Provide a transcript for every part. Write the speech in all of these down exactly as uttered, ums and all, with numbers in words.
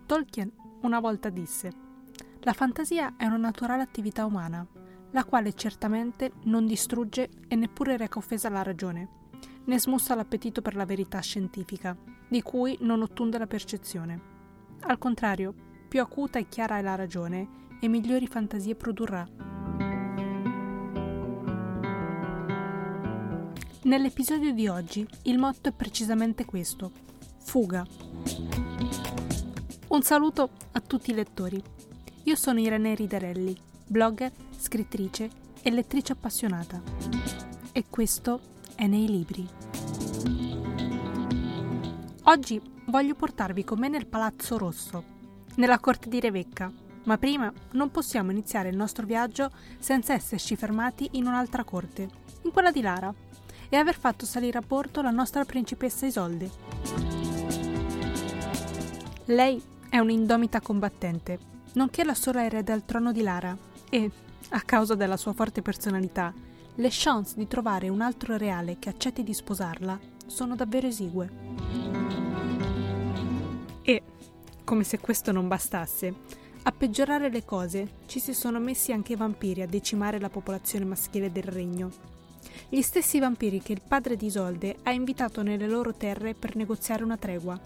Tolkien una volta disse: «La fantasia è una naturale attività umana, la quale certamente non distrugge e neppure reca offesa alla ragione, né smussa l'appetito per la verità scientifica, di cui non ottunde la percezione. Al contrario, più acuta e chiara è la ragione, e migliori fantasie produrrà». Nell'episodio di oggi il motto è precisamente questo: fuga. Un saluto a tutti i lettori. Io sono Irene Ridarelli, blogger, scrittrice e lettrice appassionata. E questo è Nei Libri. Oggi voglio portarvi con me nel Palazzo Rosso, nella corte di Rebecca, ma prima non possiamo iniziare il nostro viaggio senza esserci fermati in un'altra corte, in quella di Lara, e aver fatto salire a bordo la nostra principessa Isolde. Lei è un'indomita combattente, nonché la sola erede al trono di Lara e, a causa della sua forte personalità, le chance di trovare un altro reale che accetti di sposarla sono davvero esigue. E, come se questo non bastasse, a peggiorare le cose ci si sono messi anche i vampiri a decimare la popolazione maschile del regno. Gli stessi vampiri che il padre di Isolde ha invitato nelle loro terre per negoziare una tregua.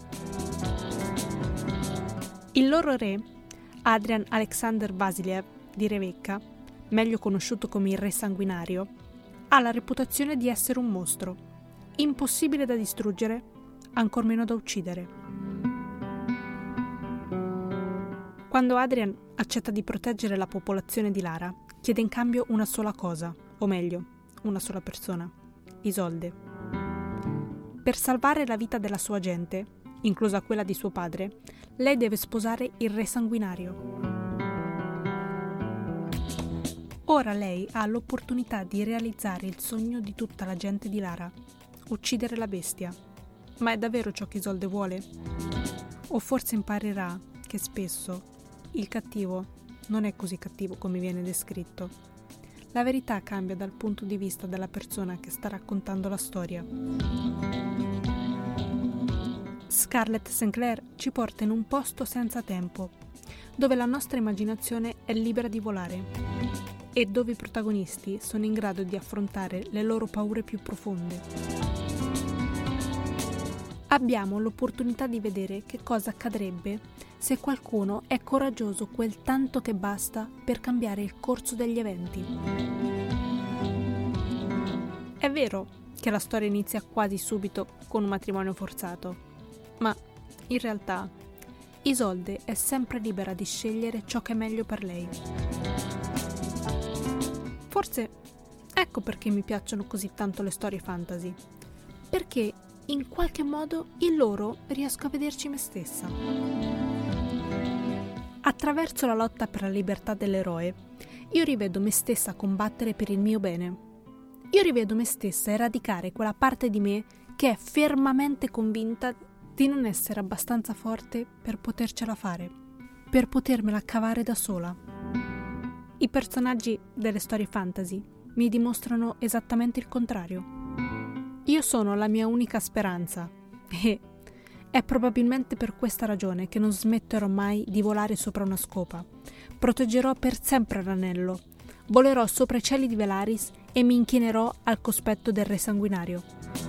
Il loro re, Adrian Alexander Vasiliev di Rebecca, meglio conosciuto come il Re Sanguinario, ha la reputazione di essere un mostro, impossibile da distruggere, ancor meno da uccidere. Quando Adrian accetta di proteggere la popolazione di Lara, chiede in cambio una sola cosa, o meglio, una sola persona, Isolde. Per salvare la vita della sua gente, inclusa quella di suo padre, lei deve sposare il Re Sanguinario. Ora lei ha l'opportunità di realizzare il sogno di tutta la gente di Lara, uccidere la bestia. Ma è davvero ciò che Isolde vuole? O forse imparerà che spesso il cattivo non è così cattivo come viene descritto. La verità cambia dal punto di vista della persona che sta raccontando la storia. Scarlett Saint Clair ci porta in un posto senza tempo, dove la nostra immaginazione è libera di volare e dove i protagonisti sono in grado di affrontare le loro paure più profonde. Abbiamo l'opportunità di vedere che cosa accadrebbe se qualcuno è coraggioso quel tanto che basta per cambiare il corso degli eventi. È vero che la storia inizia quasi subito con un matrimonio forzato, ma in realtà Isolde è sempre libera di scegliere ciò che è meglio per lei. Forse ecco perché mi piacciono così tanto le storie fantasy, perché in qualche modo in loro riesco a vederci me stessa. Attraverso la lotta per la libertà dell'eroe, io rivedo me stessa combattere per il mio bene. Io rivedo me stessa eradicare quella parte di me che è fermamente convinta di non essere abbastanza forte per potercela fare, per potermela cavare da sola. I personaggi delle storie fantasy mi dimostrano esattamente il contrario. Io sono la mia unica speranza e è probabilmente per questa ragione che non smetterò mai di volare sopra una scopa. Proteggerò per sempre l'anello, volerò sopra i cieli di Velaris e mi inchinerò al cospetto del Re Sanguinario.